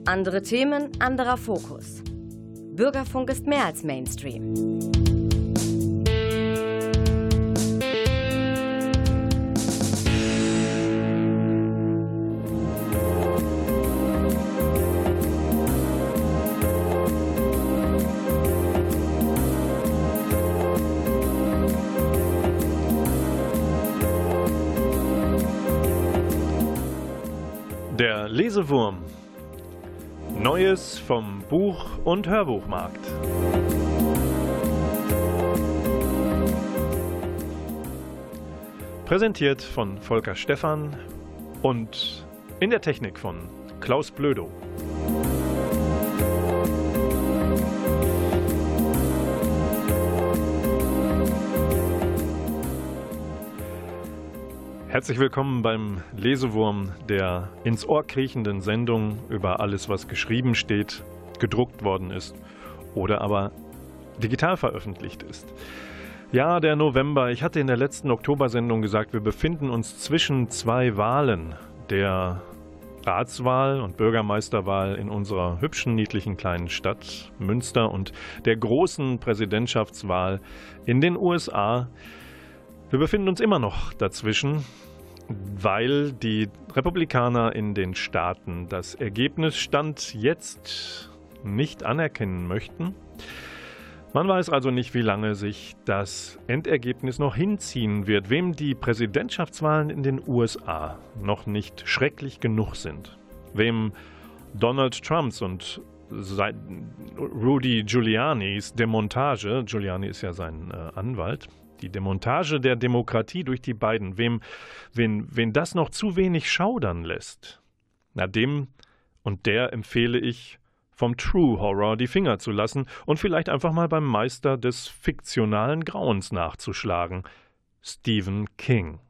Andere Themen, anderer Fokus. Bürgerfunk ist mehr als Mainstream. Der Lesewurm. Neues vom Buch- und Hörbuchmarkt. Präsentiert von Volker Stephan und in der Technik von Klaus Blödo. Herzlich willkommen beim Lesewurm, der ins Ohr kriechenden Sendung über alles, was geschrieben steht, gedruckt worden ist oder aber digital veröffentlicht ist. Ja, der November. Ich hatte in der letzten Oktobersendung gesagt, wir befinden uns zwischen zwei Wahlen, der Ratswahl und Bürgermeisterwahl in unserer hübschen, niedlichen kleinen Stadt Münster und der großen Präsidentschaftswahl in den USA. Wir befinden uns immer noch dazwischen, weil die Republikaner in den Staaten das Ergebnis Stand jetzt nicht anerkennen möchten. Man weiß also nicht, wie lange sich das Endergebnis noch hinziehen wird, wem die Präsidentschaftswahlen in den USA noch nicht schrecklich genug sind, wem Donald Trumps und Rudy Giulianis Demontage, Giuliani ist ja sein Anwalt, die Demontage der Demokratie durch die beiden, wen das noch zu wenig schaudern lässt, na dem und der empfehle ich, vom True Horror die Finger zu lassen und vielleicht einfach mal beim Meister des fiktionalen Grauens nachzuschlagen, Stephen King.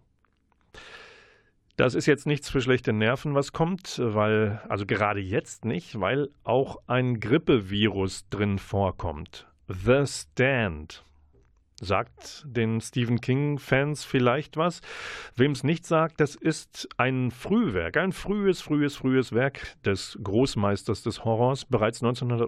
Das ist jetzt nichts für schlechte Nerven, was kommt, also gerade jetzt nicht, weil auch ein Grippevirus drin vorkommt. The Stand. Sagt den Stephen King-Fans vielleicht was? Wem es nicht sagt, das ist ein Frühwerk, ein frühes Werk des Großmeisters des Horrors, bereits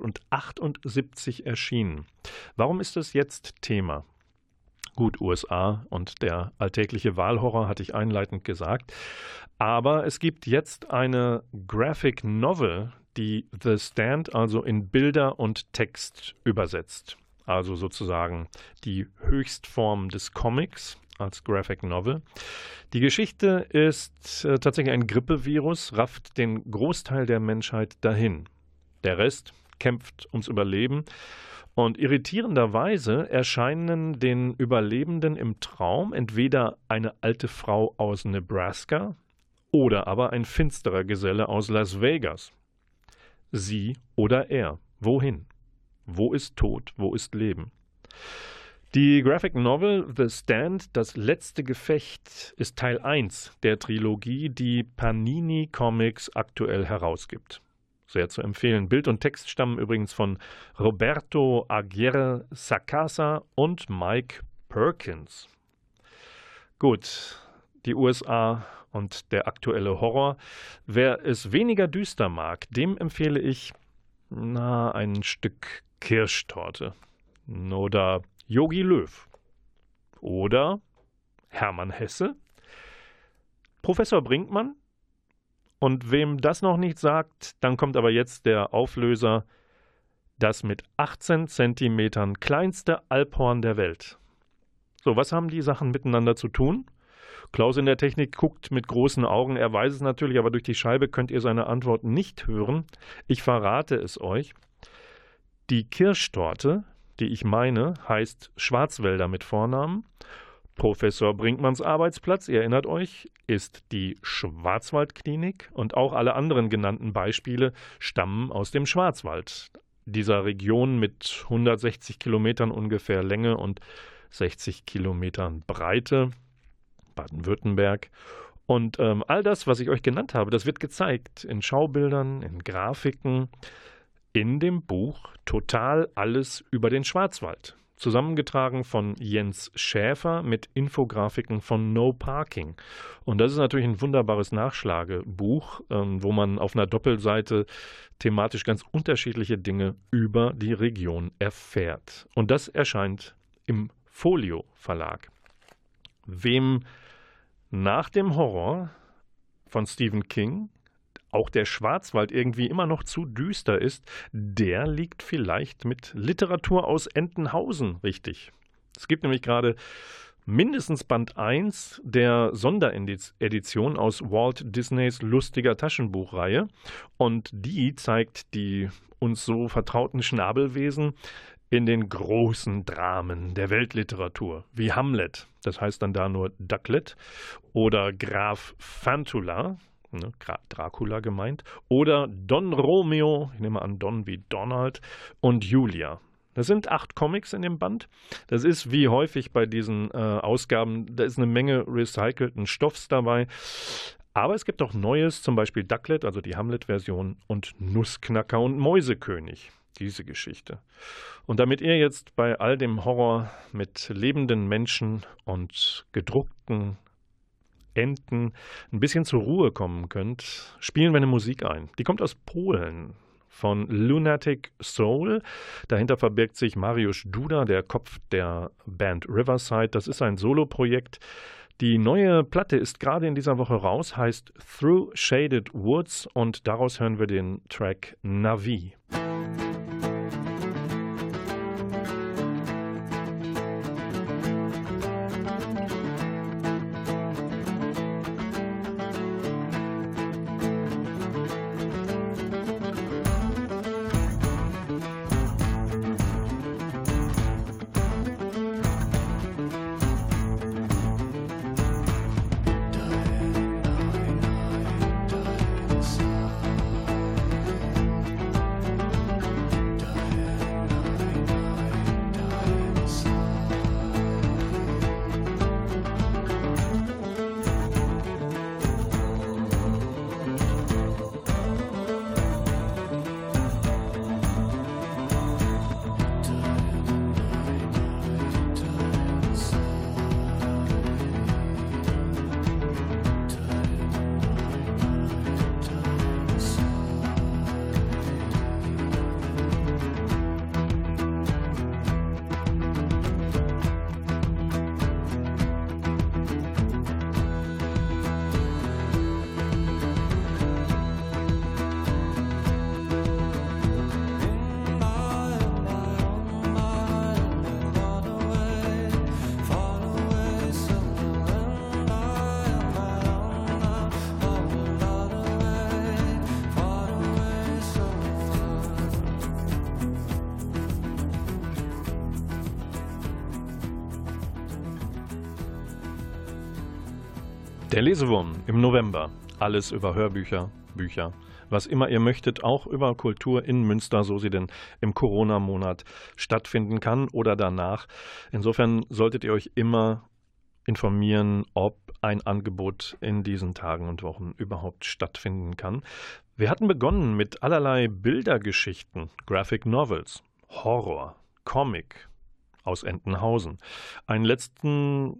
1978 erschienen. Warum ist das jetzt Thema? Gut, USA und der alltägliche Wahlhorror hatte ich einleitend gesagt. Aber es gibt jetzt eine Graphic Novel, die The Stand also in Bilder und Text übersetzt. Also sozusagen die Höchstform des Comics als Graphic Novel. Die Geschichte ist tatsächlich ein Grippevirus, rafft den Großteil der Menschheit dahin. Der Rest kämpft ums Überleben. Und irritierenderweise erscheinen den Überlebenden im Traum entweder eine alte Frau aus Nebraska oder aber ein finsterer Geselle aus Las Vegas. Sie oder er. Wohin? Wo ist Tod? Wo ist Leben? Die Graphic Novel The Stand, das letzte Gefecht, ist Teil 1 der Trilogie, die Panini Comics aktuell herausgibt. Sehr zu empfehlen. Bild und Text stammen übrigens von Roberto Aguirre Sacasa und Mike Perkins. Gut, die USA und der aktuelle Horror. Wer es weniger düster mag, dem empfehle ich ein Stück Kirschtorte oder Jogi Löw oder Hermann Hesse, Professor Brinkmann. Und wem das noch nicht sagt, dann kommt aber jetzt der Auflöser, das mit 18 Zentimetern kleinste Alphorn der Welt. So, was haben die Sachen miteinander zu tun? Klaus in der Technik guckt mit großen Augen, er weiß es natürlich, aber durch die Scheibe könnt ihr seine Antwort nicht hören. Ich verrate es euch. Die Kirschtorte, die ich meine, heißt Schwarzwälder mit Vornamen. Professor Brinkmanns Arbeitsplatz, ihr erinnert euch, ist die Schwarzwaldklinik und auch alle anderen genannten Beispiele stammen aus dem Schwarzwald, dieser Region mit 160 Kilometern ungefähr Länge und 60 Kilometern Breite, Baden-Württemberg. Und all das, was ich euch genannt habe, das wird gezeigt in Schaubildern, in Grafiken, in dem Buch Total alles über den Schwarzwald. zusammengetragen von Jens Schäfer mit Infografiken von No Parking. Und das ist natürlich ein wunderbares Nachschlagebuch, wo man auf einer Doppelseite thematisch ganz unterschiedliche Dinge über die Region erfährt. Und das erscheint im Folio Verlag. Wem nach dem Horror von Stephen King auch der Schwarzwald irgendwie immer noch zu düster ist, der liegt vielleicht mit Literatur aus Entenhausen richtig. Es gibt nämlich gerade mindestens Band 1 der Sonderedition aus Walt Disneys lustiger Taschenbuchreihe. Und die zeigt die uns so vertrauten Schnabelwesen in den großen Dramen der Weltliteratur, wie Hamlet, das heißt dann da nur Ducklet, oder Graf Fantula, Dracula gemeint, oder Don Romeo, ich nehme an Don wie Donald, und Julia. Das sind 8 Comics in dem Band. Das ist wie häufig bei diesen Ausgaben, da ist eine Menge recycelten Stoffs dabei. Aber es gibt auch Neues, zum Beispiel Ducklet, also die Hamlet-Version, und Nussknacker und Mäusekönig. Diese Geschichte. Und damit ihr jetzt bei all dem Horror mit lebenden Menschen und gedruckten Enten ein bisschen zur Ruhe kommen könnt, spielen wir eine Musik ein. Die kommt aus Polen von Lunatic Soul. Dahinter verbirgt sich Mariusz Duda, der Kopf der Band Riverside. Das ist ein Soloprojekt. Die neue Platte ist gerade in dieser Woche raus, heißt Through Shaded Woods und daraus hören wir den Track Navi. Der Lesewurm im November. Alles über Hörbücher, Bücher, was immer ihr möchtet, auch über Kultur in Münster, so sie denn im Corona-Monat stattfinden kann oder danach. Insofern solltet ihr euch immer informieren, ob ein Angebot in diesen Tagen und Wochen überhaupt stattfinden kann. Wir hatten begonnen mit allerlei Bildergeschichten, Graphic Novels, Horror, Comic aus Entenhausen. Einen letzten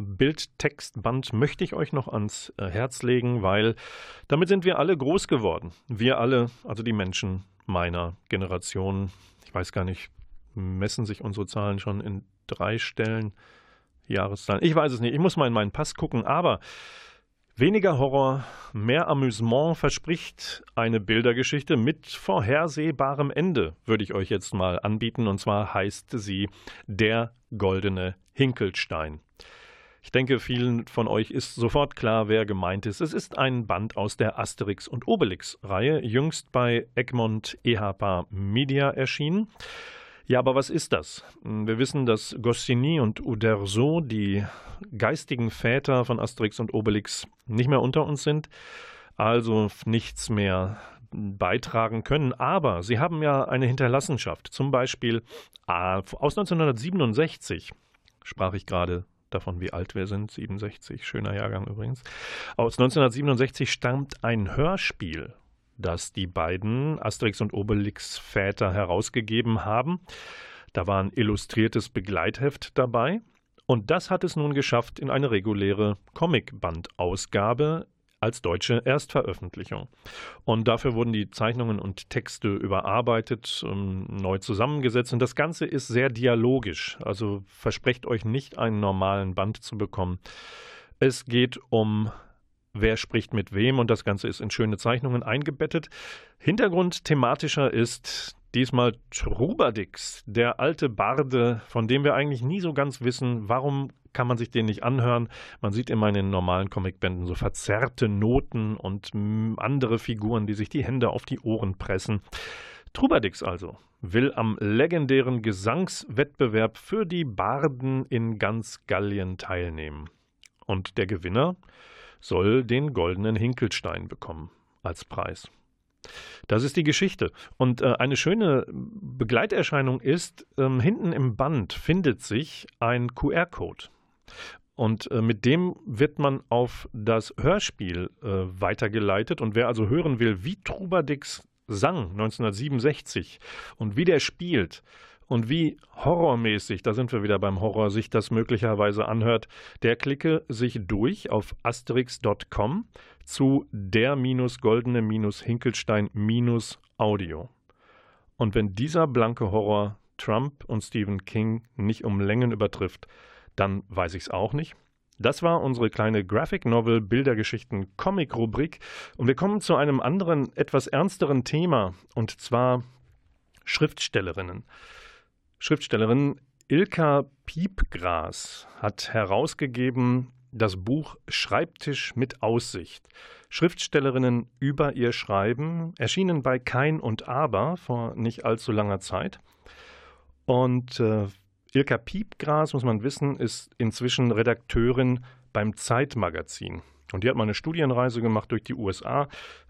Bildtextband möchte ich euch noch ans Herz legen, weil damit sind wir alle groß geworden. Wir alle, also die Menschen meiner Generation. Ich weiß gar nicht, messen sich unsere Zahlen schon in 3 Stellen, Jahreszahlen? Ich weiß es nicht, ich muss mal in meinen Pass gucken, aber weniger Horror, mehr Amüsement verspricht eine Bildergeschichte mit vorhersehbarem Ende, würde ich euch jetzt mal anbieten, und zwar heißt sie Der goldene Hinkelstein. Ich denke, vielen von euch ist sofort klar, wer gemeint ist. Es ist ein Band aus der Asterix- und Obelix-Reihe, jüngst bei Egmont EHPA Media erschienen. Ja, aber was ist das? Wir wissen, dass Goscinny und Uderzo, die geistigen Väter von Asterix und Obelix, nicht mehr unter uns sind, also nichts mehr beitragen können. Aber sie haben ja eine Hinterlassenschaft. Zum Beispiel aus 1967, sprach ich gerade davon, wie alt wir sind, 67, schöner Jahrgang übrigens. Aus 1967 stammt ein Hörspiel, das die beiden Asterix und Obelix Väter herausgegeben haben. Da war ein illustriertes Begleitheft dabei. Und das hat es nun geschafft in eine reguläre Comicbandausgabe als deutsche Erstveröffentlichung. Und dafür wurden die Zeichnungen und Texte überarbeitet, neu zusammengesetzt. Und das Ganze ist sehr dialogisch. Also versprecht euch nicht, einen normalen Band zu bekommen. Es geht um wer spricht mit wem und das Ganze ist in schöne Zeichnungen eingebettet. Hintergrund thematischer ist diesmal Trubadix, der alte Barde, von dem wir eigentlich nie so ganz wissen, warum kann man sich den nicht anhören. Man sieht immer in den normalen Comicbänden so verzerrte Noten und andere Figuren, die sich die Hände auf die Ohren pressen. Trubadix also will am legendären Gesangswettbewerb für die Barden in ganz Gallien teilnehmen. Und der Gewinner soll den goldenen Hinkelstein bekommen als Preis. Das ist die Geschichte. Und eine schöne Begleiterscheinung ist, hinten im Band findet sich ein QR-Code. Und mit dem wird man auf das Hörspiel weitergeleitet. Und wer also hören will, wie Trubadix sang 1967 und wie der spielt und wie horrormäßig, da sind wir wieder beim Horror, sich das möglicherweise anhört, der klicke sich durch auf asterix.com zu der-goldene-Hinkelstein-Audio. Und wenn dieser blanke Horror Trump und Stephen King nicht um Längen übertrifft, dann weiß ich es auch nicht. Das war unsere kleine Graphic Novel Bildergeschichten Comic Rubrik und wir kommen zu einem anderen, etwas ernsteren Thema und zwar Schriftstellerinnen. Schriftstellerin Ilka Piepgras hat herausgegeben das Buch Schreibtisch mit Aussicht. Schriftstellerinnen über ihr Schreiben, erschienen bei Kein und Aber vor nicht allzu langer Zeit. Und Ilka Piepgras, muss man wissen, ist inzwischen Redakteurin beim Zeitmagazin. Und die hat mal eine Studienreise gemacht durch die USA,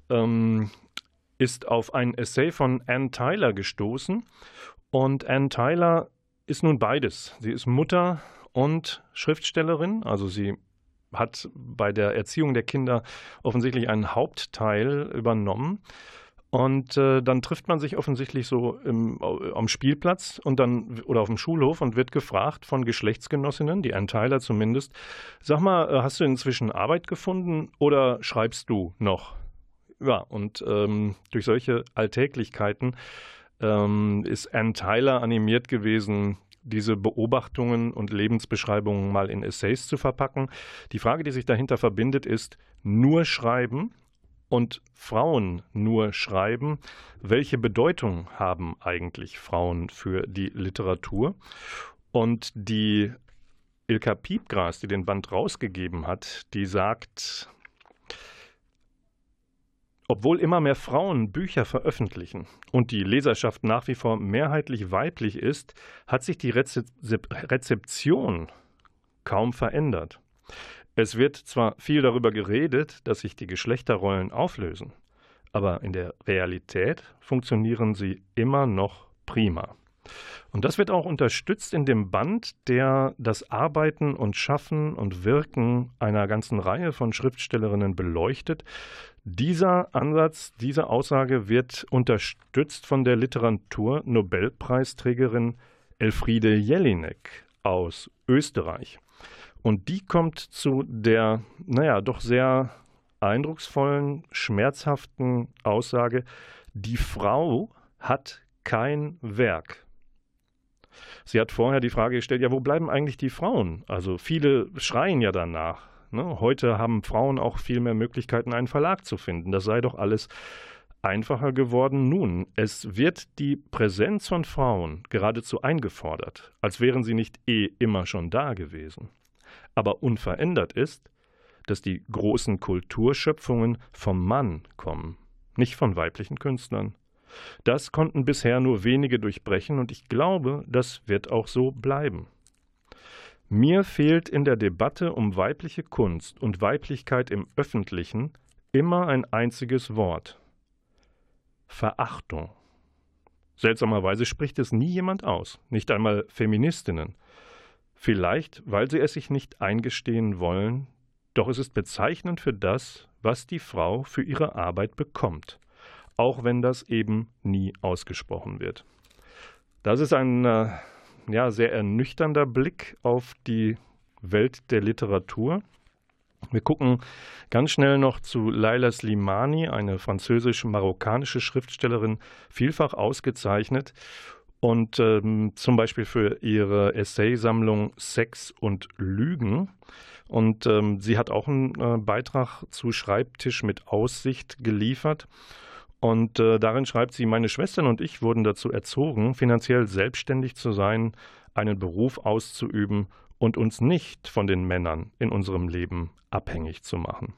ist auf ein Essay von Ann Tyler gestoßen. Und Ann Tyler ist nun beides. Sie ist Mutter und Schriftstellerin, also sie hat bei der Erziehung der Kinder offensichtlich einen Hauptteil übernommen. Und dann trifft man sich offensichtlich so am Spielplatz und dann oder auf dem Schulhof und wird gefragt von Geschlechtsgenossinnen, die Ann Tyler zumindest, sag mal, hast du inzwischen Arbeit gefunden oder schreibst du noch? Ja, und durch solche Alltäglichkeiten ist Ann Tyler animiert gewesen, diese Beobachtungen und Lebensbeschreibungen mal in Essays zu verpacken. Die Frage, die sich dahinter verbindet, ist nur schreiben und Frauen nur schreiben. Welche Bedeutung haben eigentlich Frauen für die Literatur? Und die Ilka Piepgras, die den Band rausgegeben hat, die sagt, obwohl immer mehr Frauen Bücher veröffentlichen und die Leserschaft nach wie vor mehrheitlich weiblich ist, hat sich die Rezeption kaum verändert. Es wird zwar viel darüber geredet, dass sich die Geschlechterrollen auflösen, aber in der Realität funktionieren sie immer noch prima. Und das wird auch unterstützt in dem Band, der das Arbeiten und Schaffen und Wirken einer ganzen Reihe von Schriftstellerinnen beleuchtet. Dieser Ansatz, diese Aussage wird unterstützt von der Literatur-Nobelpreisträgerin Elfriede Jelinek aus Österreich. Und die kommt zu der, doch sehr eindrucksvollen, schmerzhaften Aussage, die Frau hat kein Werk. Sie hat vorher die Frage gestellt, ja, wo bleiben eigentlich die Frauen? Also viele schreien ja danach. Ne? Heute haben Frauen auch viel mehr Möglichkeiten, einen Verlag zu finden. Das sei doch alles einfacher geworden. Nun, es wird die Präsenz von Frauen geradezu eingefordert, als wären sie nicht immer schon da gewesen. Aber unverändert ist, dass die großen Kulturschöpfungen vom Mann kommen, nicht von weiblichen Künstlern. Das konnten bisher nur wenige durchbrechen und ich glaube, das wird auch so bleiben. Mir fehlt in der Debatte um weibliche Kunst und Weiblichkeit im Öffentlichen immer ein einziges Wort. Verachtung. Seltsamerweise spricht es nie jemand aus, nicht einmal Feministinnen. Vielleicht, weil sie es sich nicht eingestehen wollen, doch es ist bezeichnend für das, was die Frau für ihre Arbeit bekommt, auch wenn das eben nie ausgesprochen wird. Das ist ein sehr ernüchternder Blick auf die Welt der Literatur. Wir gucken ganz schnell noch zu Leila Slimani, eine französisch-marokkanische Schriftstellerin, vielfach ausgezeichnet und zum Beispiel für ihre Essaysammlung Sex und Lügen. Und sie hat auch einen Beitrag zu Schreibtisch mit Aussicht geliefert. Und darin schreibt sie: Meine Schwestern und ich wurden dazu erzogen, finanziell selbstständig zu sein, einen Beruf auszuüben und uns nicht von den Männern in unserem Leben abhängig zu machen.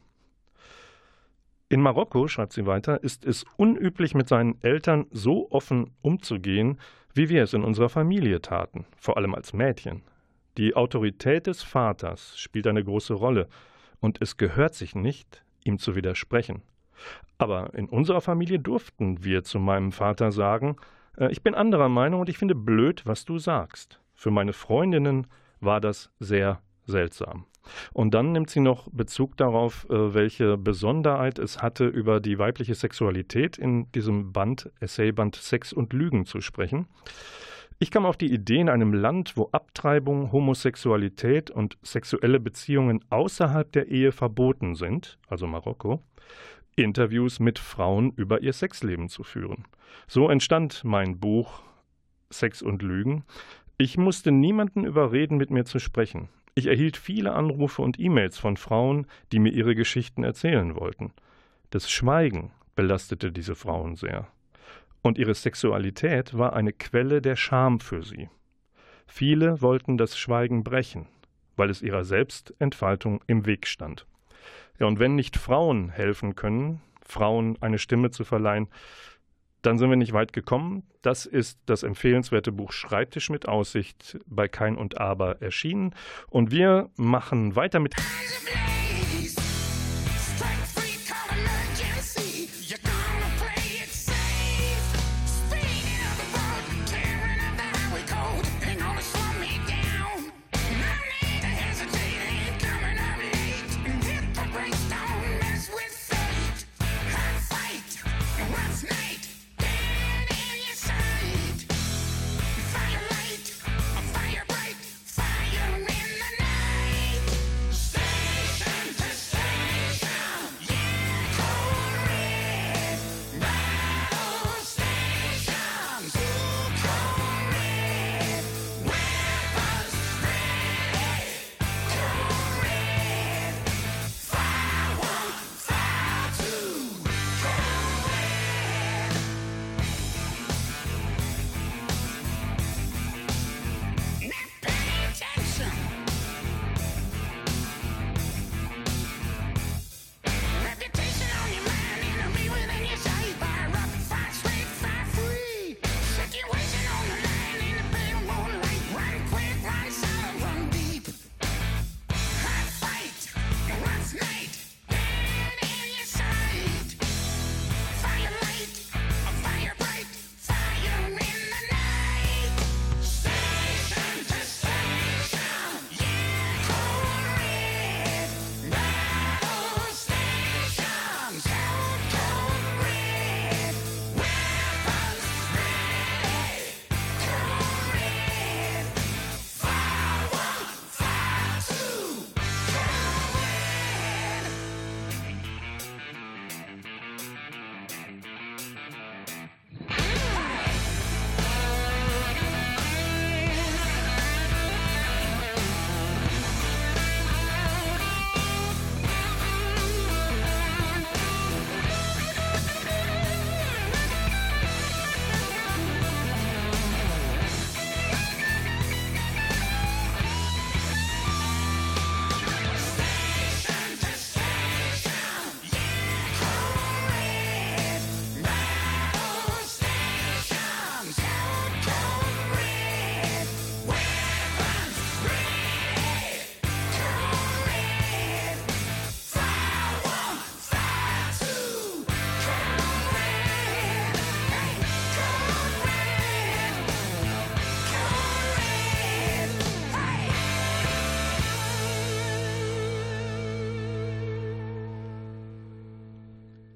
In Marokko, schreibt sie weiter, ist es unüblich, mit seinen Eltern so offen umzugehen, wie wir es in unserer Familie taten, vor allem als Mädchen. Die Autorität des Vaters spielt eine große Rolle und es gehört sich nicht, ihm zu widersprechen. Aber in unserer Familie durften wir zu meinem Vater sagen: Ich bin anderer Meinung und ich finde blöd, was du sagst. Für meine Freundinnen war das sehr seltsam. Und dann nimmt sie noch Bezug darauf, welche Besonderheit es hatte, über die weibliche Sexualität in diesem Essayband Sex und Lügen zu sprechen. Ich kam auf die Idee, in einem Land, wo Abtreibung, Homosexualität und sexuelle Beziehungen außerhalb der Ehe verboten sind, also Marokko, Interviews mit Frauen über ihr Sexleben zu führen. So entstand mein Buch Sex und Lügen. Ich musste niemanden überreden, mit mir zu sprechen. Ich erhielt viele Anrufe und E-Mails von Frauen, die mir ihre Geschichten erzählen wollten. Das Schweigen belastete diese Frauen sehr. Und ihre Sexualität war eine Quelle der Scham für sie. Viele wollten das Schweigen brechen, weil es ihrer Selbstentfaltung im Weg stand. Ja, und wenn nicht Frauen helfen können, Frauen eine Stimme zu verleihen, dann sind wir nicht weit gekommen. Das ist das empfehlenswerte Buch Schreibtisch mit Aussicht, bei Kein und Aber erschienen. Und wir machen weiter mit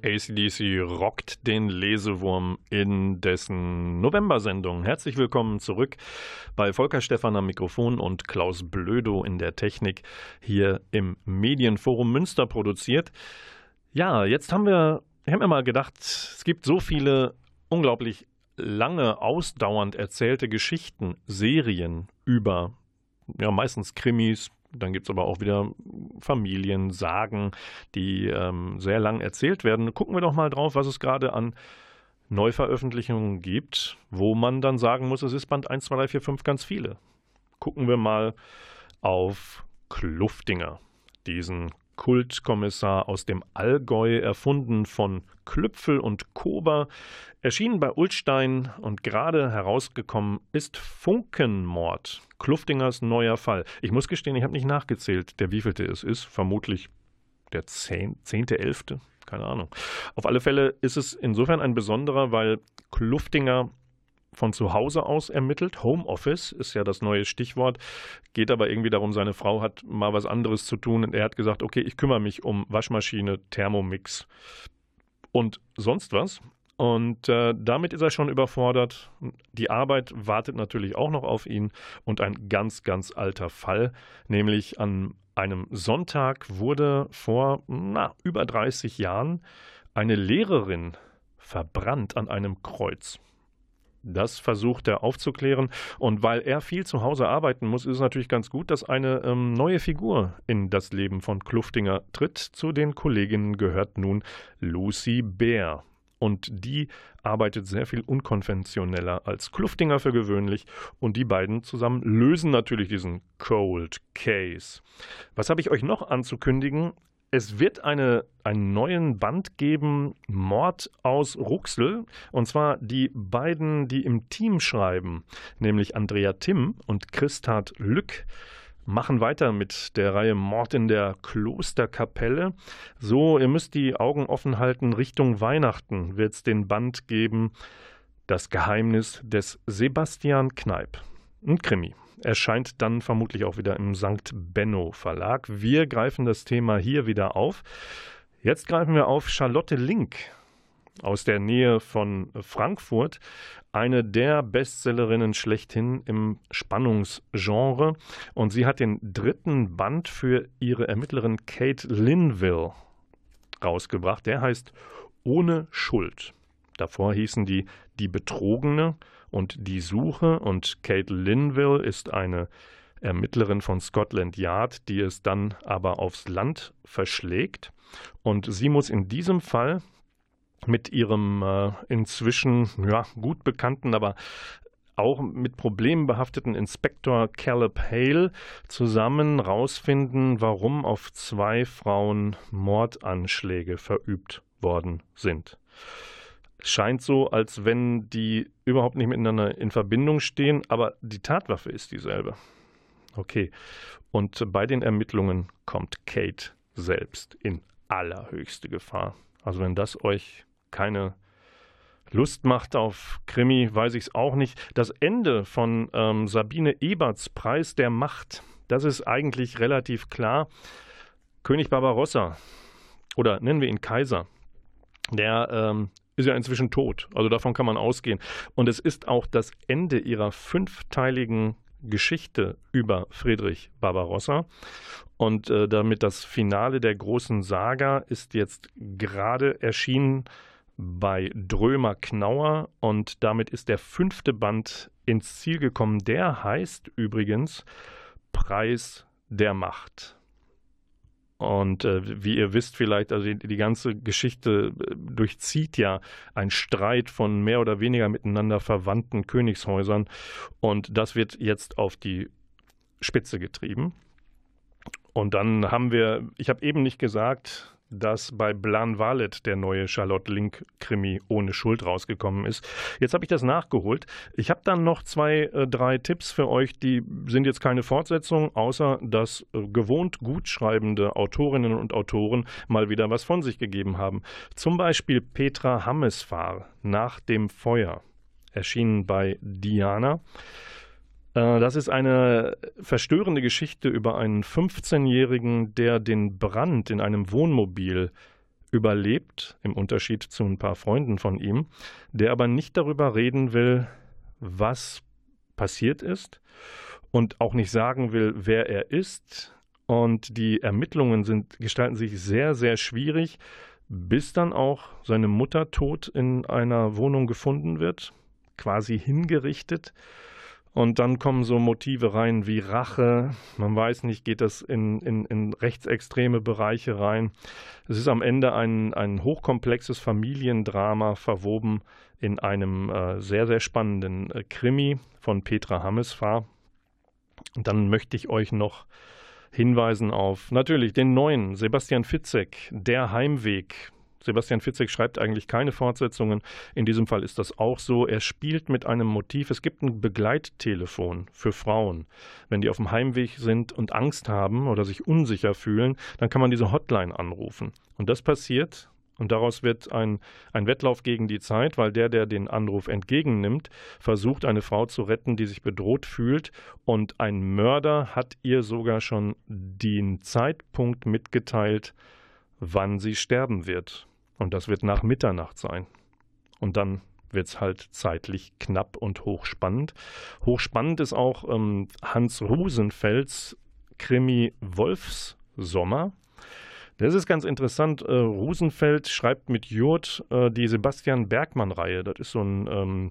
AC/DC rockt den Lesewurm in dessen November-Sendung. Herzlich willkommen zurück bei Volker Stephan am Mikrofon und Klaus Blödo in der Technik, hier im Medienforum Münster produziert. Ja, jetzt haben wir mal gedacht, es gibt so viele unglaublich lange, ausdauernd erzählte Geschichten, Serien über, ja, meistens Krimis. Dann gibt es aber auch wieder Familien, Sagen, die sehr lang erzählt werden. Gucken wir doch mal drauf, was es gerade an Neuveröffentlichungen gibt, wo man dann sagen muss, es ist Band 1, 2, 3, 4, 5 ganz viele. Gucken wir mal auf Kluftinger, diesen Kultkommissar aus dem Allgäu, erfunden von Klüpfel und Kober, erschienen bei Ullstein und gerade herausgekommen ist Funkenmord, Kluftingers neuer Fall. Ich muss gestehen, ich habe nicht nachgezählt, der wievielte es ist, vermutlich der 10., 11., keine Ahnung. Auf alle Fälle ist es insofern ein besonderer, weil Kluftinger von zu Hause aus ermittelt. Homeoffice ist ja das neue Stichwort. Geht aber irgendwie darum, seine Frau hat mal was anderes zu tun und er hat gesagt, okay, ich kümmere mich um Waschmaschine, Thermomix und sonst was. Und damit ist er schon überfordert. Die Arbeit wartet natürlich auch noch auf ihn und ein ganz, ganz alter Fall, nämlich an einem Sonntag wurde vor über 30 Jahren eine Lehrerin verbrannt an einem Kreuz. Das versucht er aufzuklären. Und weil er viel zu Hause arbeiten muss, ist es natürlich ganz gut, dass eine neue Figur in das Leben von Kluftinger tritt. Zu den Kolleginnen gehört nun Lucy Bär. Und die arbeitet sehr viel unkonventioneller als Kluftinger für gewöhnlich. Und die beiden zusammen lösen natürlich diesen Cold Case. Was habe ich euch noch anzukündigen? Es wird einen neuen Band geben, Mord aus Ruxel. Und zwar die beiden, die im Team schreiben, nämlich Andrea Timm und Christard Lück, machen weiter mit der Reihe Mord in der Klosterkapelle. So, ihr müsst die Augen offen halten. Richtung Weihnachten wird es den Band geben, Das Geheimnis des Sebastian Kneipp. Ein Krimi. Erscheint dann vermutlich auch wieder im St. Benno Verlag. Wir greifen das Thema hier wieder auf. Jetzt greifen wir auf Charlotte Link aus der Nähe von Frankfurt, eine der Bestsellerinnen schlechthin im Spannungsgenre. Und sie hat den 3. Band für ihre Ermittlerin Kate Linville rausgebracht. Der heißt Ohne Schuld. Davor hießen die Betrogene und Die Suche. Und Kate Linville ist eine Ermittlerin von Scotland Yard, die es dann aber aufs Land verschlägt. Und sie muss in diesem Fall mit ihrem inzwischen gut bekannten, aber auch mit Problemen behafteten Inspektor Caleb Hale zusammen rausfinden, warum auf 2 Frauen Mordanschläge verübt worden sind. Es scheint so, als wenn die überhaupt nicht miteinander in Verbindung stehen, aber die Tatwaffe ist dieselbe. Okay, und bei den Ermittlungen kommt Kate selbst in allerhöchste Gefahr. Also wenn das euch keine Lust macht auf Krimi, weiß ich es auch nicht. Das Ende von Sabine Eberts Preis der Macht, das ist eigentlich relativ klar. König Barbarossa, oder nennen wir ihn Kaiser, der ist ja inzwischen tot. Also davon kann man ausgehen. Und es ist auch das Ende ihrer 5-teiligen Geschichte über Friedrich Barbarossa. Und damit das Finale der großen Saga ist jetzt gerade erschienen bei Drömer Knauer und damit ist der 5. Band ins Ziel gekommen. Der heißt übrigens Preis der Macht. Und wie ihr wisst vielleicht, also die ganze Geschichte durchzieht ja ein Streit von mehr oder weniger miteinander verwandten Königshäusern und das wird jetzt auf die Spitze getrieben. Und dann haben wir, ich habe eben nicht gesagt, dass bei Blan Valet der neue Charlotte Link-Krimi Ohne Schuld rausgekommen ist. Jetzt habe ich das nachgeholt. Ich habe dann noch 2, 3 Tipps für euch, die sind jetzt keine Fortsetzung, außer dass gewohnt gut schreibende Autorinnen und Autoren mal wieder was von sich gegeben haben. Zum Beispiel Petra Hammesfahr, Nach dem Feuer, erschienen bei Diana. Das ist eine verstörende Geschichte über einen 15-Jährigen, der den Brand in einem Wohnmobil überlebt, im Unterschied zu ein paar Freunden von ihm, der aber nicht darüber reden will, was passiert ist und auch nicht sagen will, wer er ist. Und die Ermittlungen gestalten sich sehr, sehr schwierig, bis dann auch seine Mutter tot in einer Wohnung gefunden wird, quasi hingerichtet. Und dann kommen so Motive rein wie Rache. Man weiß nicht, geht das in rechtsextreme Bereiche rein. Es ist am Ende ein hochkomplexes Familiendrama verwoben in einem sehr, sehr spannenden Krimi von Petra Hammesfahr. Und dann möchte ich euch noch hinweisen auf natürlich den neuen Sebastian Fitzek, Der Heimweg. Sebastian Fitzek schreibt eigentlich keine Fortsetzungen. In diesem Fall ist das auch so. Er spielt mit einem Motiv. Es gibt ein Begleittelefon für Frauen. Wenn die auf dem Heimweg sind und Angst haben oder sich unsicher fühlen, dann kann man diese Hotline anrufen. Und das passiert. Und daraus wird ein Wettlauf gegen die Zeit, weil der den Anruf entgegennimmt, versucht, eine Frau zu retten, die sich bedroht fühlt. Und ein Mörder hat ihr sogar schon den Zeitpunkt mitgeteilt, wann sie sterben wird. Und das wird nach Mitternacht sein. Und dann wird es halt zeitlich knapp und hochspannend. Hochspannend ist auch Hans Rosenfelds Krimi Wolfssommer. Das ist ganz interessant. Rosenfeld schreibt mit Jurt die Sebastian Bergmann-Reihe. Das ist so ein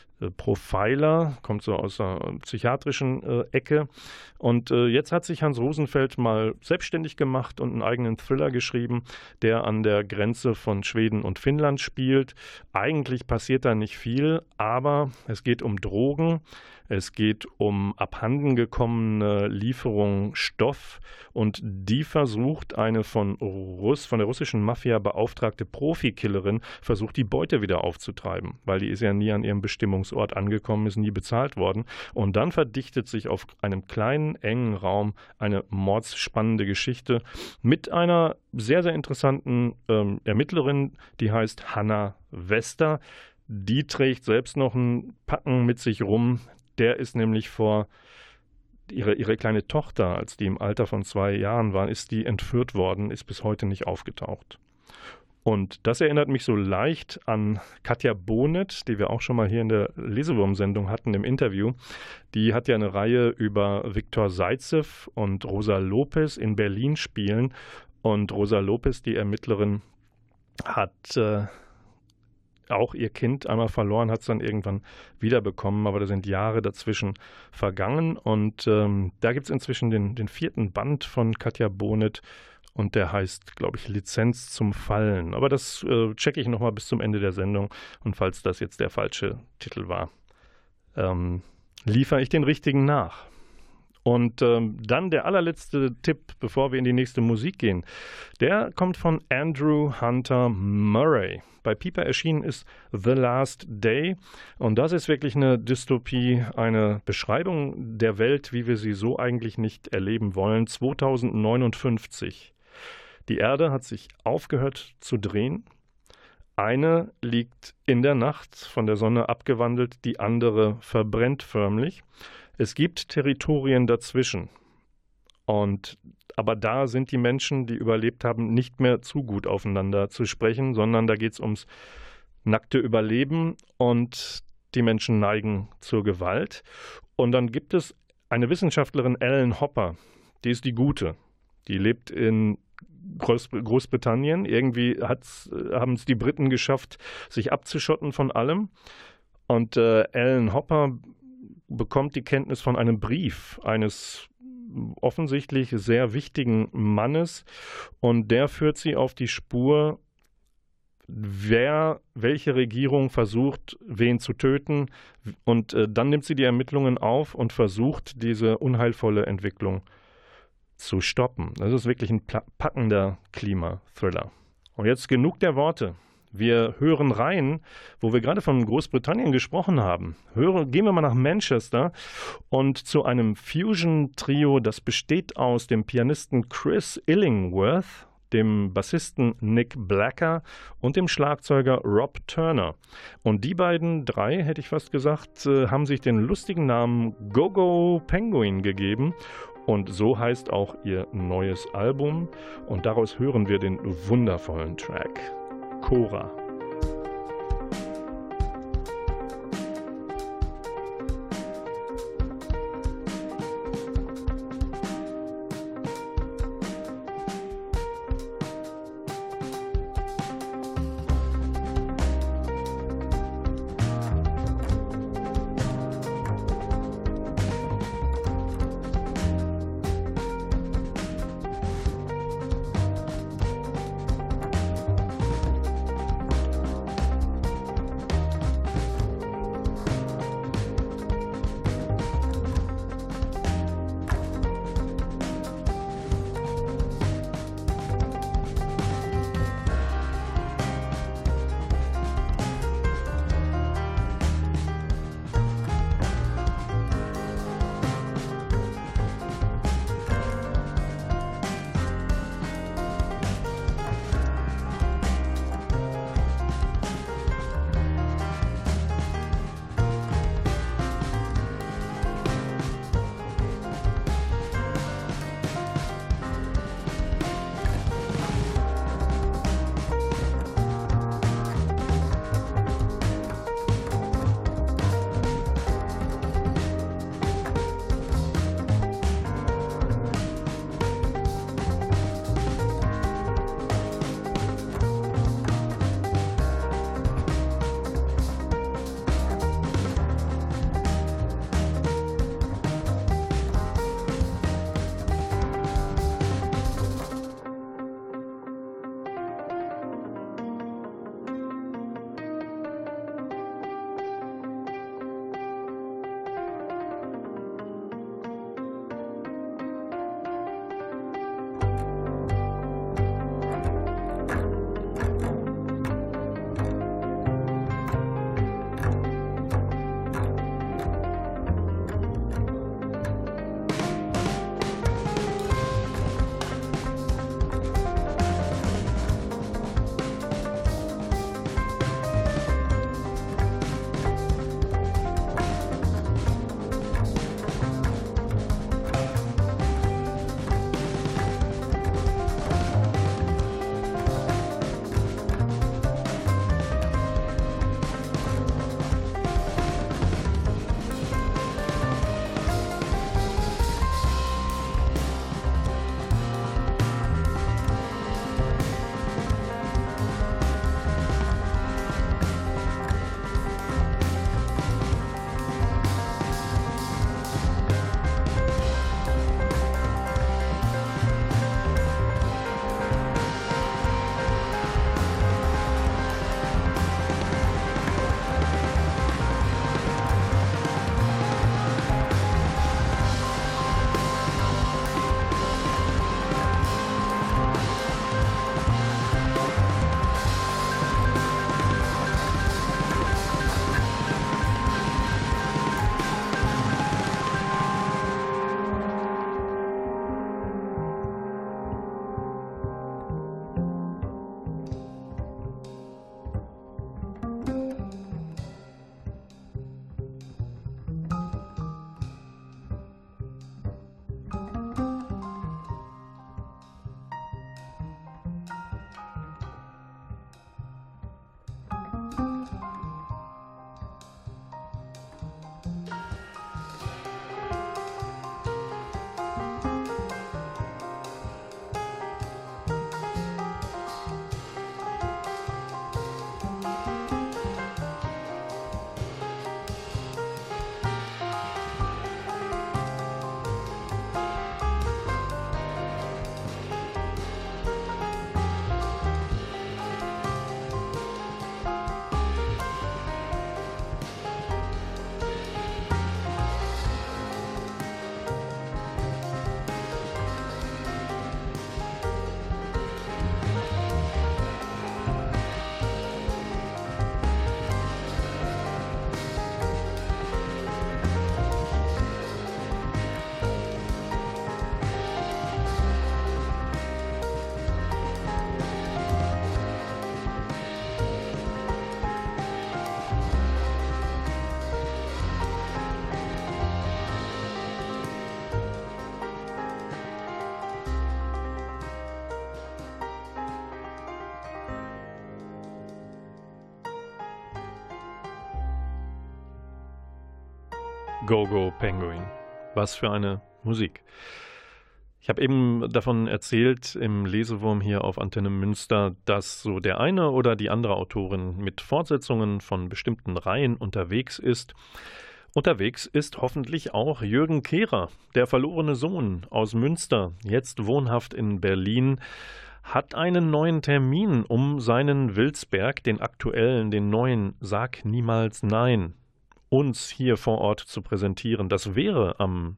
Profiler, kommt so aus der psychiatrischen Ecke. Und jetzt hat sich Hans Rosenfeld mal selbstständig gemacht und einen eigenen Thriller geschrieben, der an der Grenze von Schweden und Finnland spielt. Eigentlich passiert da nicht viel, aber es geht um Drogen. Es geht um abhandengekommene Lieferung Stoff und die versucht eine von der russischen Mafia beauftragte Profikillerin, versucht die Beute wieder aufzutreiben, weil die ist ja nie an ihrem Bestimmungsort angekommen, ist nie bezahlt worden. Und dann verdichtet sich auf einem kleinen, engen Raum eine mordsspannende Geschichte mit einer sehr, sehr interessanten Ermittlerin, die heißt Hanna Wester. Die trägt selbst noch ein Packen mit sich rum. Der ist nämlich ihre kleine Tochter, als die im Alter von 2 Jahren war, ist die entführt worden, ist bis heute nicht aufgetaucht. Und das erinnert mich so leicht an Katja Bonet, die wir auch schon mal hier in der Lesewurm-Sendung hatten im Interview. Die hat ja eine Reihe über Viktor Zaitsew und Rosa Lopez in Berlin spielen. Und Rosa Lopez, die Ermittlerin, hat auch ihr Kind einmal verloren, hat es dann irgendwann wiederbekommen, aber da sind Jahre dazwischen vergangen. Und da gibt es inzwischen den 4. Band von Katja Bonet und der heißt, glaube ich, Lizenz zum Fallen. Aber das checke ich nochmal bis zum Ende der Sendung und falls das jetzt der falsche Titel war, liefere ich den richtigen nach. Und dann der allerletzte Tipp, bevor wir in die nächste Musik gehen. Der kommt von Andrew Hunter Murray. Bei Piper erschienen ist The Last Day. Und das ist wirklich eine Dystopie, eine Beschreibung der Welt, wie wir sie so eigentlich nicht erleben wollen. 2059. Die Erde hat sich aufgehört zu drehen. Eine liegt in der Nacht von der Sonne abgewandelt, die andere verbrennt förmlich. Es gibt Territorien dazwischen. Aber da sind die Menschen, die überlebt haben, nicht mehr zu gut aufeinander zu sprechen, sondern da geht es ums nackte Überleben und die Menschen neigen zur Gewalt. Und dann gibt es eine Wissenschaftlerin, Ellen Hopper, die ist die Gute. Die lebt in Großbritannien. Irgendwie haben es die Briten geschafft, sich abzuschotten von allem. Und Ellen Hopper bekommt die Kenntnis von einem Brief eines offensichtlich sehr wichtigen Mannes und der führt sie auf die Spur, welche Regierung versucht, wen zu töten und dann nimmt sie die Ermittlungen auf und versucht, diese unheilvolle Entwicklung zu stoppen. Das ist wirklich ein packender Klimathriller. Und jetzt genug der Worte. Wir hören rein, wo wir gerade von Großbritannien gesprochen haben. Gehen wir mal nach Manchester und zu einem Fusion-Trio, das besteht aus dem Pianisten Chris Illingworth, dem Bassisten Nick Blacker und dem Schlagzeuger Rob Turner. Und die beiden drei, hätte ich fast gesagt, haben sich den lustigen Namen Go-Go Penguin gegeben Und so heißt auch ihr neues Album. Und daraus hören wir den wundervollen Track Cora. Go Go Penguin. Was für eine Musik. Ich habe eben davon erzählt im Lesewurm hier auf Antenne Münster, dass so der eine oder die andere Autorin mit Fortsetzungen von bestimmten Reihen unterwegs ist. Unterwegs ist hoffentlich auch Jürgen Kehrer, der verlorene Sohn aus Münster, jetzt wohnhaft in Berlin, hat einen neuen Termin, um seinen Wilsberg, den aktuellen, den neuen Sag niemals nein, uns hier vor Ort zu präsentieren. Das wäre am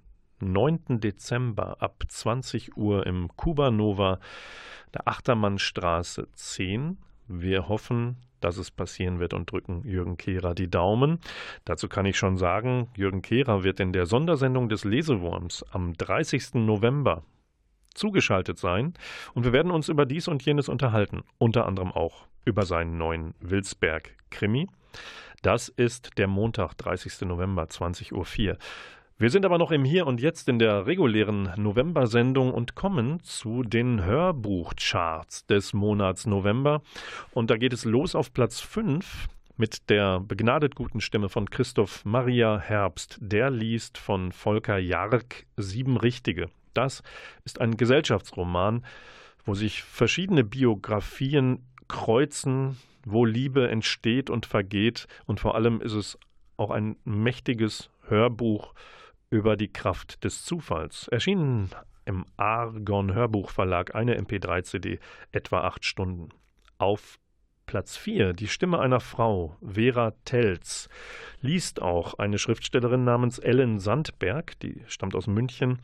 9. Dezember ab 20 Uhr im Kuba-Nova, der Achtermannstraße 10. Wir hoffen, dass es passieren wird und drücken Jürgen Kehrer die Daumen. Dazu kann ich schon sagen, Jürgen Kehrer wird in der Sondersendung des Lesewurms am 30. November zugeschaltet sein und wir werden uns über dies und jenes unterhalten, unter anderem auch über seinen neuen Wilsberg-Krimi. Das ist der Montag, 30. November, 20.04 Uhr. Wir sind aber noch im Hier und Jetzt in der regulären November-Sendung und kommen zu den Hörbuchcharts des Monats November. Und da geht es los auf Platz 5 mit der begnadet guten Stimme von Christoph Maria Herbst. Der liest von Volker Jark 7 Richtige. Das ist ein Gesellschaftsroman, wo sich verschiedene Biografien kreuzen, wo Liebe entsteht und vergeht. Und vor allem ist es auch ein mächtiges Hörbuch über die Kraft des Zufalls. Erschienen im Argon Hörbuchverlag, eine MP3-CD, etwa 8 Stunden. Auf Platz 4, die Stimme einer Frau, Vera Telz, liest auch eine Schriftstellerin namens Ellen Sandberg, die stammt aus München.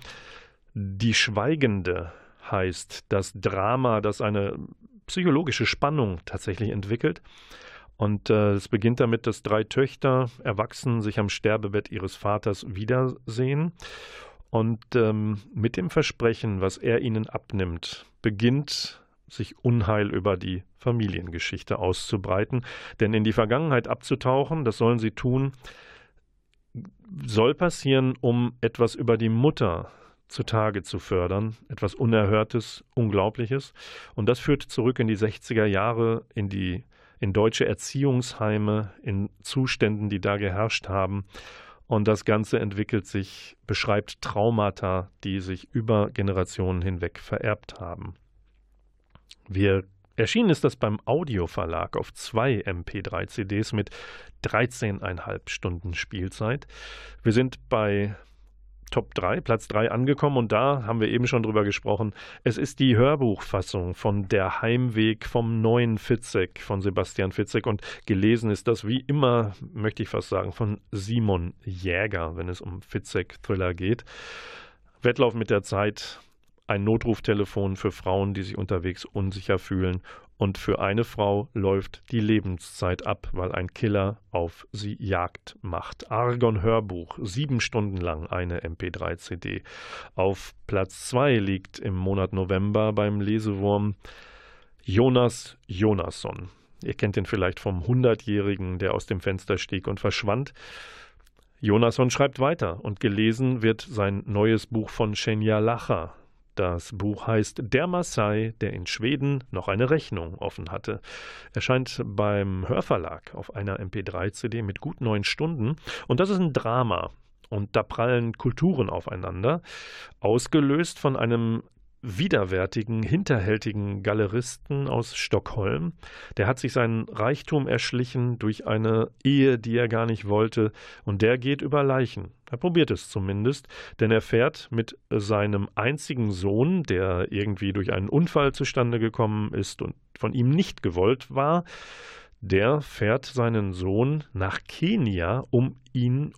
Die Schweigende heißt das Drama, das eine psychologische Spannung tatsächlich entwickelt. Und es beginnt damit, dass 3 Töchter erwachsen sich am Sterbebett ihres Vaters wiedersehen. Und mit dem Versprechen, was er ihnen abnimmt, beginnt sich Unheil über die Familiengeschichte auszubreiten. Denn in die Vergangenheit abzutauchen, das sollen sie tun, soll passieren, um etwas über die Mutter zutage zu fördern. Etwas Unerhörtes, Unglaubliches. Und das führt zurück in die 60er Jahre, in deutsche Erziehungsheime, in Zuständen, die da geherrscht haben. Und das Ganze entwickelt sich, beschreibt Traumata, die sich über Generationen hinweg vererbt haben. Erschienen ist das beim Audioverlag auf 2 MP3-CDs mit 13,5 Stunden Spielzeit. Wir sind bei Top 3, Platz 3 angekommen und da haben wir eben schon drüber gesprochen. Es ist die Hörbuchfassung von Der Heimweg vom neuen Fitzek von Sebastian Fitzek und gelesen ist das wie immer, möchte ich fast sagen, von Simon Jäger, wenn es um Fitzek-Thriller geht. Wettlauf mit der Zeit, ein Notruftelefon für Frauen, die sich unterwegs unsicher fühlen. Und für eine Frau läuft die Lebenszeit ab, weil ein Killer auf sie Jagd macht. Argon Hörbuch, 7 Stunden lang eine MP3-CD. Auf Platz 2 liegt im Monat November beim Lesewurm Jonas Jonasson. Ihr kennt ihn vielleicht vom 100-Jährigen, der aus dem Fenster stieg und verschwand. Jonasson schreibt weiter und gelesen wird sein neues Buch von Shenya Lacher. Das Buch heißt Der Maasai, der in Schweden noch eine Rechnung offen hatte. Erscheint beim Hörverlag auf einer MP3-CD mit gut 9 Stunden. Und das ist ein Drama. Und da prallen Kulturen aufeinander, ausgelöst von einem widerwärtigen, hinterhältigen Galeristen aus Stockholm. Der hat sich seinen Reichtum erschlichen durch eine Ehe, die er gar nicht wollte, und der geht über Leichen. Er probiert es zumindest, denn er fährt mit seinem einzigen Sohn, der irgendwie durch einen Unfall zustande gekommen ist und von ihm nicht gewollt war, der fährt seinen Sohn nach Kenia, um ihn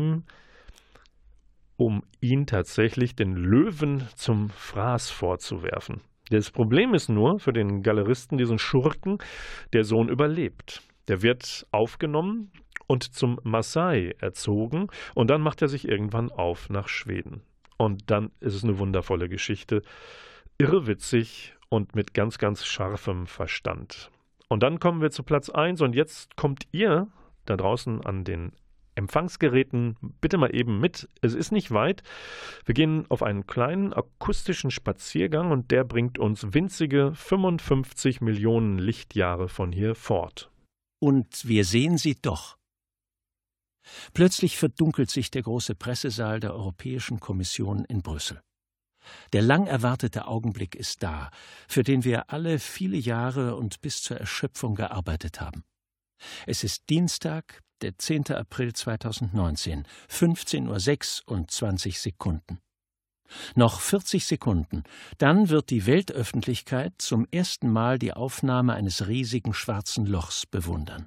tatsächlich den Löwen zum Fraß vorzuwerfen. Das Problem ist nur für den Galeristen, diesen Schurken, der Sohn überlebt. Der wird aufgenommen und zum Maasai erzogen und dann macht er sich irgendwann auf nach Schweden. Und dann ist es eine wundervolle Geschichte, irrewitzig und mit ganz, ganz scharfem Verstand. Und dann kommen wir zu Platz 1 und jetzt kommt ihr da draußen an den Empfangsgeräten bitte mal eben mit. Es ist nicht weit. Wir gehen auf einen kleinen akustischen Spaziergang und der bringt uns winzige 55 Millionen Lichtjahre von hier fort. Und wir sehen sie doch. Plötzlich verdunkelt sich der große Pressesaal der Europäischen Kommission in Brüssel. Der lang erwartete Augenblick ist da, für den wir alle viele Jahre und bis zur Erschöpfung gearbeitet haben. Es ist Dienstag, der 10. April 2019, 15:06 und 20 Sekunden. Noch 40 Sekunden, dann wird die Weltöffentlichkeit zum ersten Mal die Aufnahme eines riesigen schwarzen Lochs bewundern.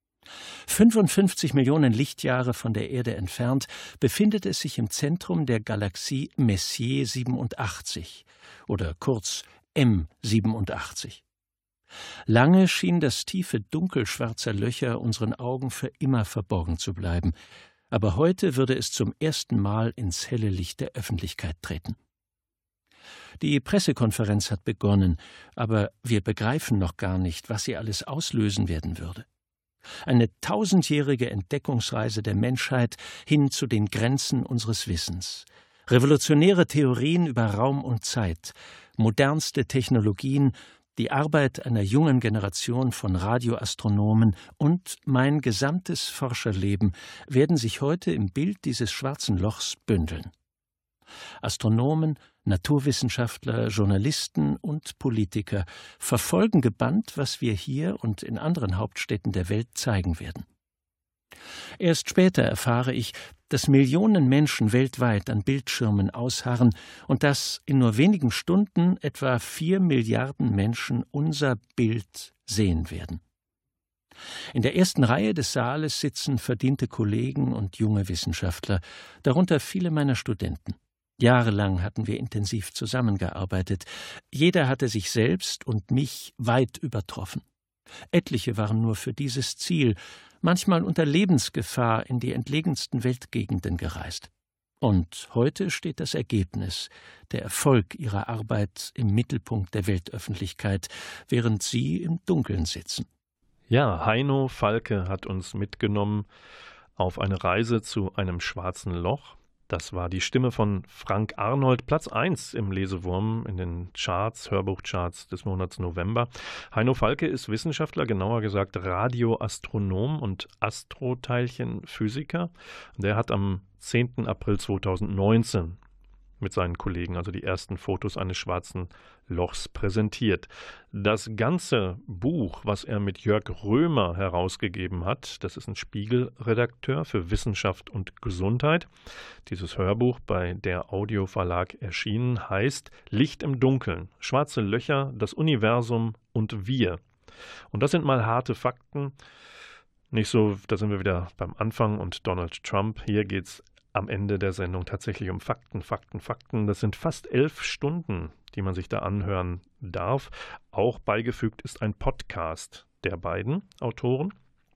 55 Millionen Lichtjahre von der Erde entfernt befindet es sich im Zentrum der Galaxie Messier 87 oder kurz M87. Lange schien das tiefe Dunkel schwarzer Löcher unseren Augen für immer verborgen zu bleiben, aber heute würde es zum ersten Mal ins helle Licht der Öffentlichkeit treten. Die Pressekonferenz hat begonnen, aber wir begreifen noch gar nicht, was sie alles auslösen werden würde. Eine 1000-jährige Entdeckungsreise der Menschheit hin zu den Grenzen unseres Wissens. Revolutionäre Theorien über Raum und Zeit, modernste Technologien, die Arbeit einer jungen Generation von Radioastronomen und mein gesamtes Forscherleben werden sich heute im Bild dieses schwarzen Lochs bündeln. Astronomen, Naturwissenschaftler, Journalisten und Politiker verfolgen gebannt, was wir hier und in anderen Hauptstädten der Welt zeigen werden. Erst später erfahre ich, dass Millionen Menschen weltweit an Bildschirmen ausharren und dass in nur wenigen Stunden etwa 4 Milliarden Menschen unser Bild sehen werden. In der ersten Reihe des Saales sitzen verdiente Kollegen und junge Wissenschaftler, darunter viele meiner Studenten. Jahrelang hatten wir intensiv zusammengearbeitet. Jeder hatte sich selbst und mich weit übertroffen. Etliche waren nur für dieses Ziel, manchmal unter Lebensgefahr, in die entlegensten Weltgegenden gereist. Und heute steht das Ergebnis, der Erfolg ihrer Arbeit im Mittelpunkt der Weltöffentlichkeit, während sie im Dunkeln sitzen. Ja, Heino Falke hat uns mitgenommen auf eine Reise zu einem schwarzen Loch. Das war die Stimme von Frank Arnold, Platz 1 im Lesewurm in den Charts, Hörbuchcharts des Monats November. Heino Falke ist Wissenschaftler, genauer gesagt Radioastronom und Astroteilchenphysiker. Der hat am 10. April 2019 mit seinen Kollegen also die ersten Fotos eines schwarzen Lochs präsentiert. Das ganze Buch, was er mit Jörg Römer herausgegeben hat, das ist ein Spiegel-Redakteur für Wissenschaft und Gesundheit. Dieses Hörbuch, bei der Audio Verlag erschienen, heißt Licht im Dunkeln, schwarze Löcher, das Universum und wir. Und das sind mal harte Fakten. Nicht so, da sind wir wieder beim Anfang und Donald Trump. Hier geht's am Ende der Sendung tatsächlich um Fakten, Fakten, Fakten. Das sind fast 11 Stunden, die man sich da anhören darf. Auch beigefügt ist ein Podcast der beiden Autoren.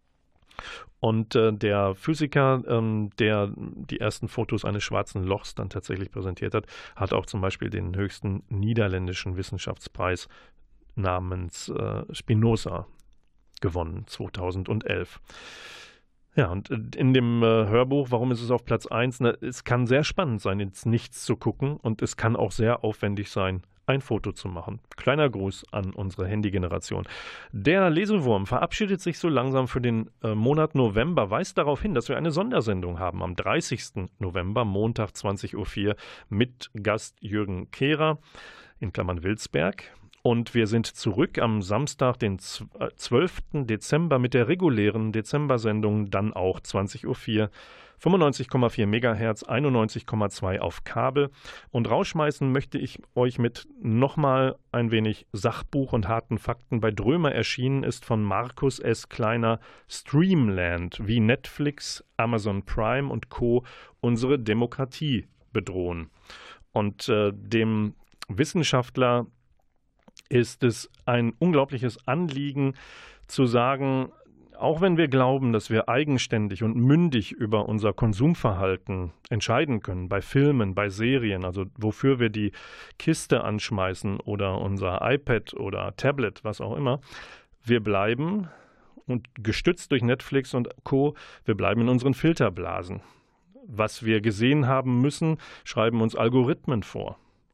Und der Physiker, der die ersten Fotos eines schwarzen Lochs dann tatsächlich präsentiert hat, hat auch zum Beispiel den höchsten niederländischen Wissenschaftspreis namens Spinoza gewonnen, 2011. Ja, und in dem Hörbuch, warum ist es auf Platz 1? Es kann sehr spannend sein, ins Nichts zu gucken, und es kann auch sehr aufwendig sein, ein Foto zu machen. Kleiner Gruß an unsere Handy-Generation. Der Lesewurm verabschiedet sich so langsam für den Monat November, weist darauf hin, dass wir eine Sondersendung haben am 30. November, Montag 20:04 Uhr mit Gast Jürgen Kehrer in Klammern Wilsberg. Und wir sind zurück am Samstag, den 12. Dezember mit der regulären Dezember-Sendung, dann auch 20:04 Uhr, 95,4 MHz, 91,2 auf Kabel. Und rausschmeißen möchte ich euch mit nochmal ein wenig Sachbuch und harten Fakten. Bei Drömer erschienen ist von Markus S. Kleiner Streamland, wie Netflix, Amazon Prime und Co. unsere Demokratie bedrohen. Und dem Wissenschaftler ist es ein unglaubliches Anliegen zu sagen, auch wenn wir glauben, dass wir eigenständig und mündig über unser Konsumverhalten entscheiden können, bei Filmen, bei Serien, also wofür wir die Kiste anschmeißen oder unser iPad oder Tablet, was auch immer, wir bleiben, und gestützt durch Netflix und Co., wir bleiben in unseren Filterblasen. Was wir gesehen haben müssen, schreiben uns Algorithmen vor.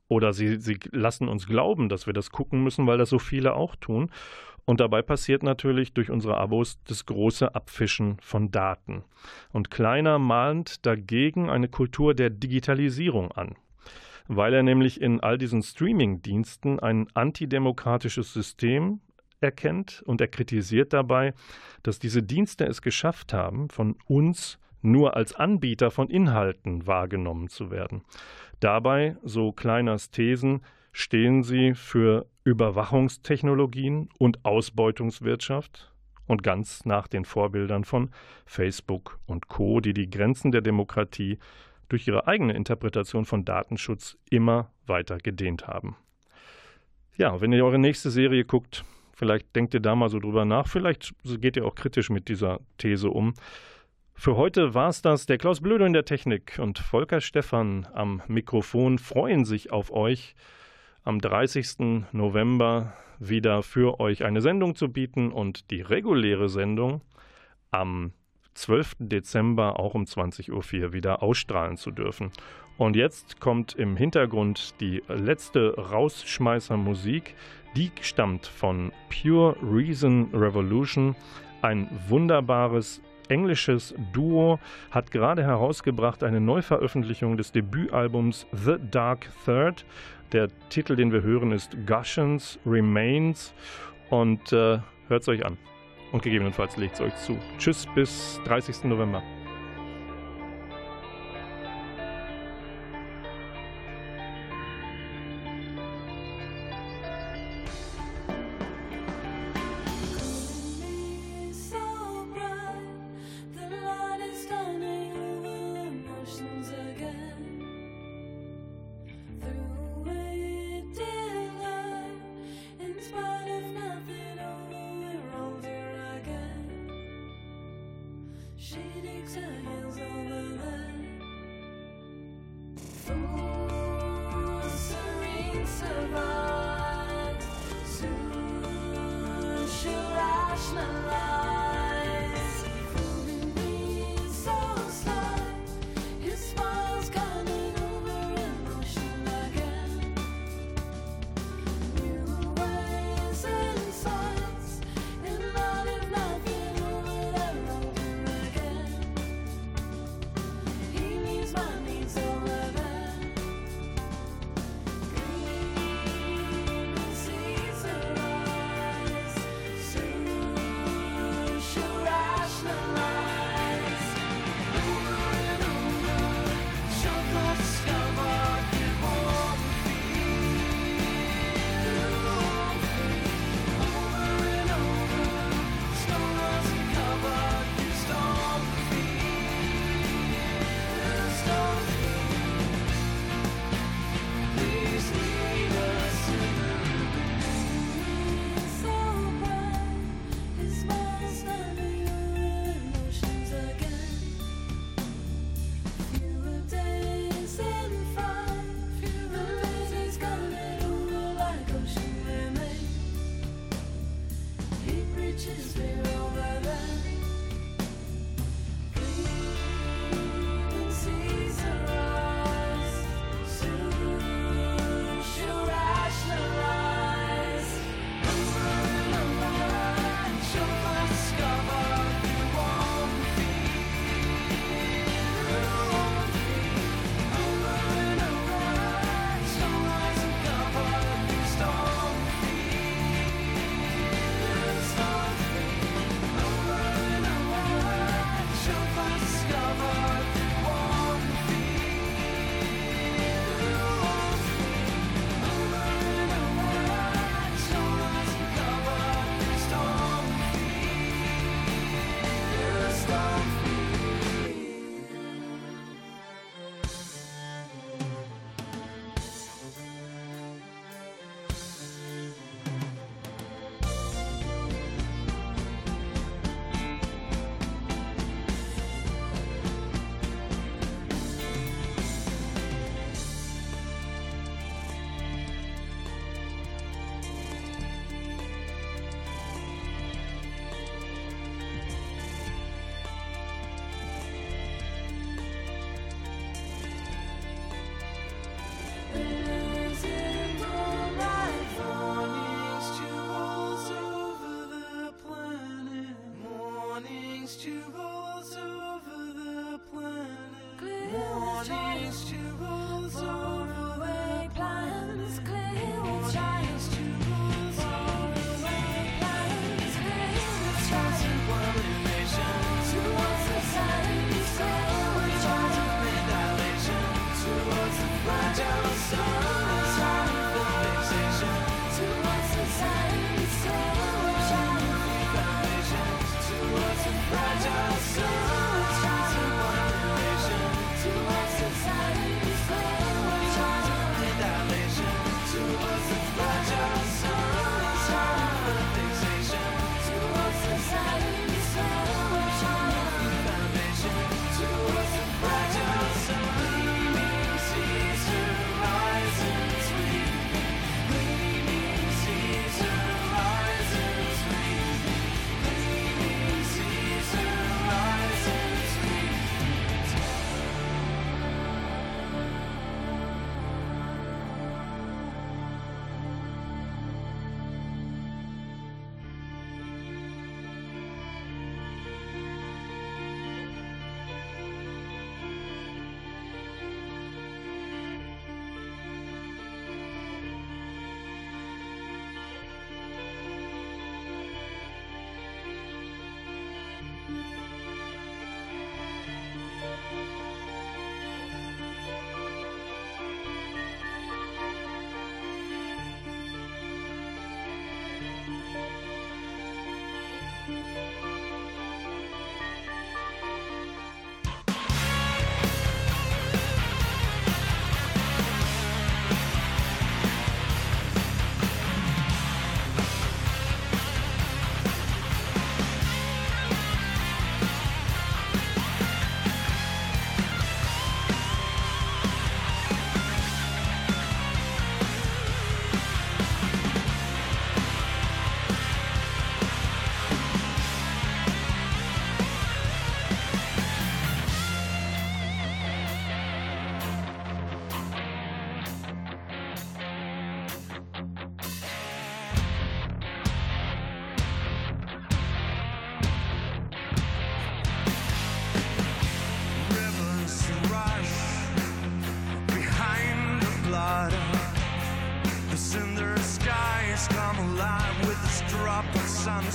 Oder sie lassen uns glauben, dass wir das gucken müssen, weil das so viele auch tun. Und dabei passiert natürlich durch unsere Abos das große Abfischen von Daten. Und Kleiner mahnt dagegen eine Kultur der Digitalisierung an, weil er nämlich in all diesen Streaming-Diensten ein antidemokratisches System erkennt und er kritisiert dabei, dass diese Dienste es geschafft haben, von uns nur als Anbieter von Inhalten wahrgenommen zu werden. Dabei, so Kleiners Thesen, stehen sie für Überwachungstechnologien und Ausbeutungswirtschaft und ganz nach den Vorbildern von Facebook und Co., die die Grenzen der Demokratie durch ihre eigene Interpretation von Datenschutz immer weiter gedehnt haben. Ja, wenn ihr eure nächste Serie guckt, vielleicht denkt ihr da mal so drüber nach, vielleicht geht ihr auch kritisch mit dieser These um. Für heute war es das. Der Klaus Blödo in der Technik und Volker Stephan am Mikrofon freuen sich auf euch, am 30. November wieder für euch eine Sendung zu bieten und die reguläre Sendung am 12. Dezember auch um 20.04 Uhr wieder ausstrahlen zu dürfen. Und jetzt kommt im Hintergrund die letzte Rausschmeißer-Musik. Die stammt von Pure Reason Revolution, ein wunderbares englisches Duo, hat gerade herausgebracht eine Neuveröffentlichung des Debütalbums The Dark Third. Der Titel, den wir hören, ist Gushen's Remains und hört es euch an. Und gegebenenfalls legt es euch zu. Tschüss, bis 30. November.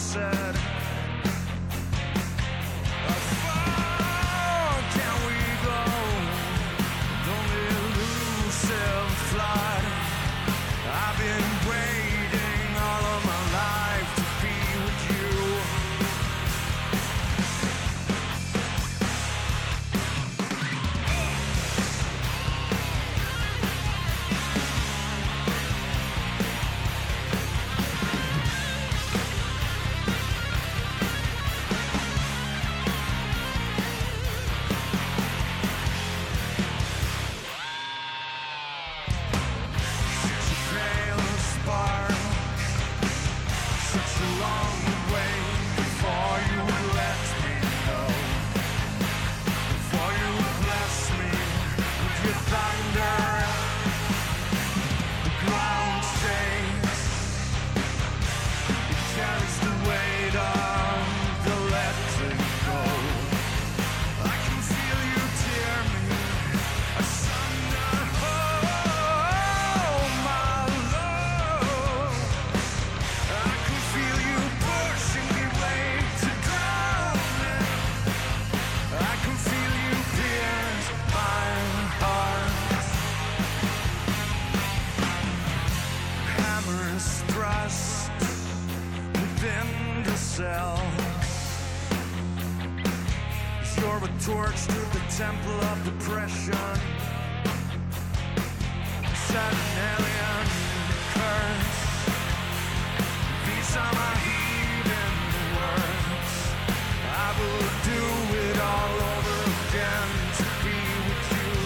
said, how far can we go? Don't let loose and fly. I've been waiting all of my life to be with you. You're a torch to the temple of depression. Set an alien curse. These are my heathen words. I will do it all over again to be with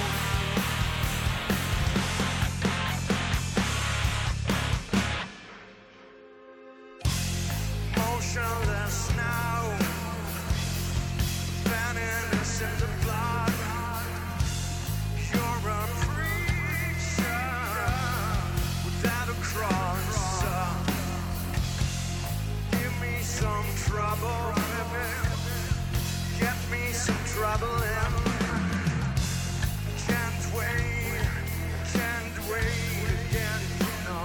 you. Motionless now. In the blood, you're a creature without a cross. Give me some trouble, get me some trouble in. Can't wait again, no.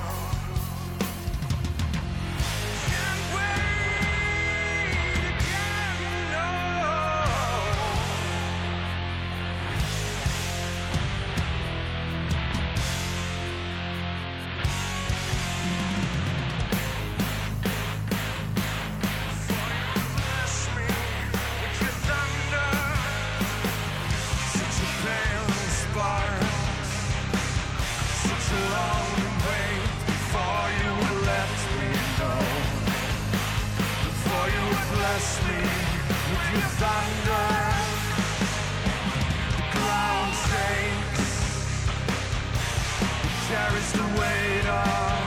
Can't wait again, no. Bless me with your thunder. The ground shakes, it carries the weight of